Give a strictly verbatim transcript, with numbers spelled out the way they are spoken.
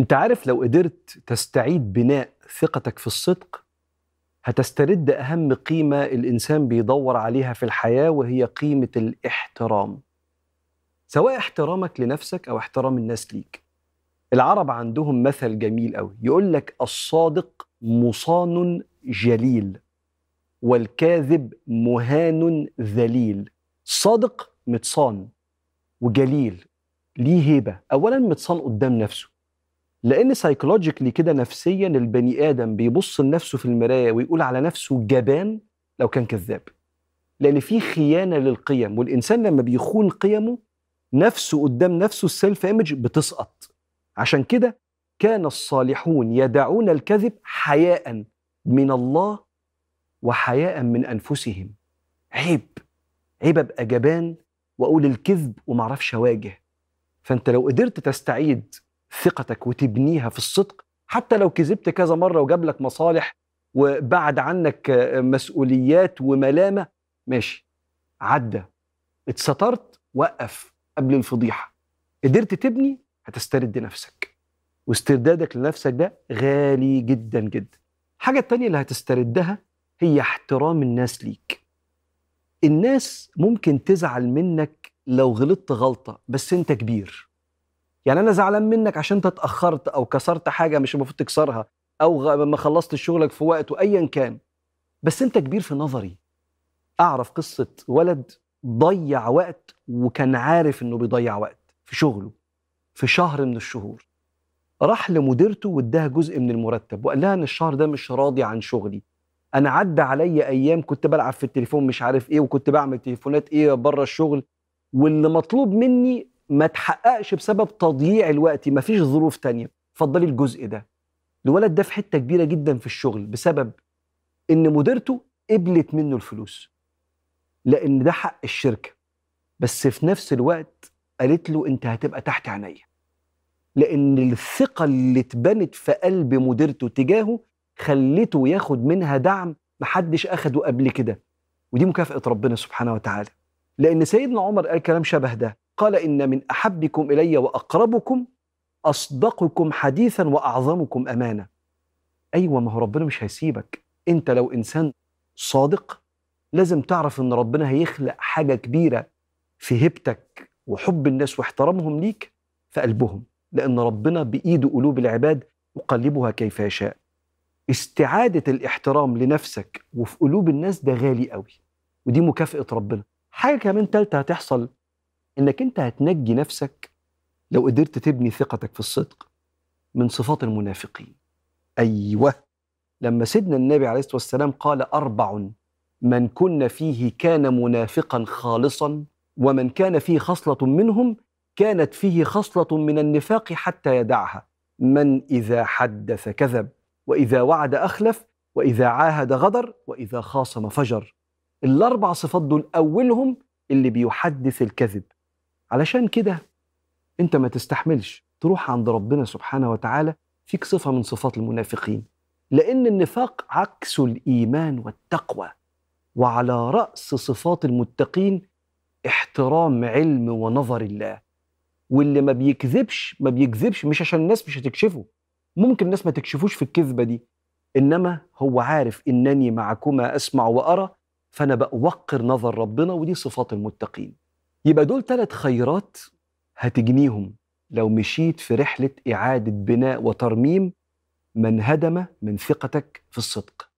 انت عارف لو قدرت تستعيد بناء ثقتك في الصدق هتسترد أهم قيمة الإنسان بيدور عليها في الحياة، وهي قيمة الاحترام، سواء احترامك لنفسك أو احترام الناس ليك. العرب عندهم مثل جميل قوي يقول لك: الصادق مصان جليل، والكاذب مهان ذليل. الصادق متصان وجليل، ليه هيبة. أولا متصان قدام نفسه، لأن سايكولوجيكلي كده نفسيا البني آدم بيبص لنفسه في المراية ويقول على نفسه جبان لو كان كذاب، لأن في خيانة للقيم، والإنسان لما بيخون قيمه نفسه قدام نفسه السيلف ايمج بتسقط. عشان كده كان الصالحون يدعون الكذب حياء من الله وحياء من أنفسهم. عيب عيب أبقى جبان وأقول الكذب ومعرفش أواجه. فأنت لو قدرت تستعيد ثقتك وتبنيها في الصدق، حتى لو كذبت كذا مرة وجاب لك مصالح وبعد عنك مسؤوليات وملامة، ماشي، عدى، اتسترت، وقف قبل الفضيحة. قدرت تبني، هتسترد نفسك، واستردادك لنفسك ده غالي جدا جدا. حاجة التانية اللي هتستردها هي احترام الناس ليك. الناس ممكن تزعل منك لو غلطت غلطة، بس انت كبير. يعني انا زعلان منك عشان انت اتأخرت او كسرت حاجة مش المفروض تكسرها، او ما خلصت شغلك في وقته، ايا كان، بس انت كبير في نظري. اعرف قصة ولد ضيع وقت وكان عارف انه بيضيع وقت في شغله في شهر من الشهور. راح لمديرته واداها جزء من المرتب وقال لها ان الشهر ده مش راضي عن شغلي. انا عدى عليا ايام كنت بلعب في التليفون مش عارف ايه، وكنت بعمل تليفونات ايه بره الشغل، واللي مطلوب مني ما تحققش بسبب تضييع الوقت، ما فيش ظروف تانية، اتفضلي الجزء ده. الولد ده في حتة كبيرة جدا في الشغل بسبب ان مديرته قبلت منه الفلوس، لان ده حق الشركة، بس في نفس الوقت قالت له انت هتبقى تحت عينيا، لان الثقة اللي اتبنت في قلب مديرته تجاهه خلته ياخد منها دعم محدش اخده قبل كده. ودي مكافأة ربنا سبحانه وتعالى، لان سيدنا عمر قال كلام شبه ده، قال: ان من احبكم الي واقربكم اصدقكم حديثا واعظمكم امانة. ايوه، ما هو ربنا مش هيسيبك. انت لو انسان صادق لازم تعرف ان ربنا هيخلق حاجة كبيرة في هيبتك وحب الناس واحترامهم ليك في قلبهم، لأن ربنا بإيده قلوب العباد يقلبها كيف يشاء. استعادة الاحترام لنفسك وفي قلوب الناس ده غالي قوي، ودي مكافأة ربنا. حاجة كمان تالتة هتحصل، إنك أنت هتنجي نفسك لو قدرت تبني ثقتك في الصدق من صفات المنافقين. أيوة، لما سيدنا النبي عليه الصلاة والسلام قال: أربع من كن فيه كان منافقا خالصا، ومن كان فيه خصلة منهم كانت فيه خصلة من النفاق حتى يدعها: من إذا حدث كذب، وإذا وعد أخلف، وإذا عاهد غدر، وإذا خاصم فجر. الأربع صفات دول أولهم اللي بيحدث الكذب. علشان كده أنت ما تستحملش تروح عند ربنا سبحانه وتعالى فيك صفة من صفات المنافقين، لأن النفاق عكس الإيمان والتقوى. وعلى رأس صفات المتقين احترام علم ونظر الله. واللي ما بيكذبش ما بيكذبش مش عشان الناس مش هتكشفه، ممكن الناس ما تكشفوش في الكذبة دي، إنما هو عارف إنني معكما أسمع وأرى، فأنا بأوقر نظر ربنا، ودي صفات المتقين. يبقى دول ثلاث خيرات هتجنيهم لو مشيت في رحلة إعادة بناء وترميم من هدم من ثقتك في الصدق.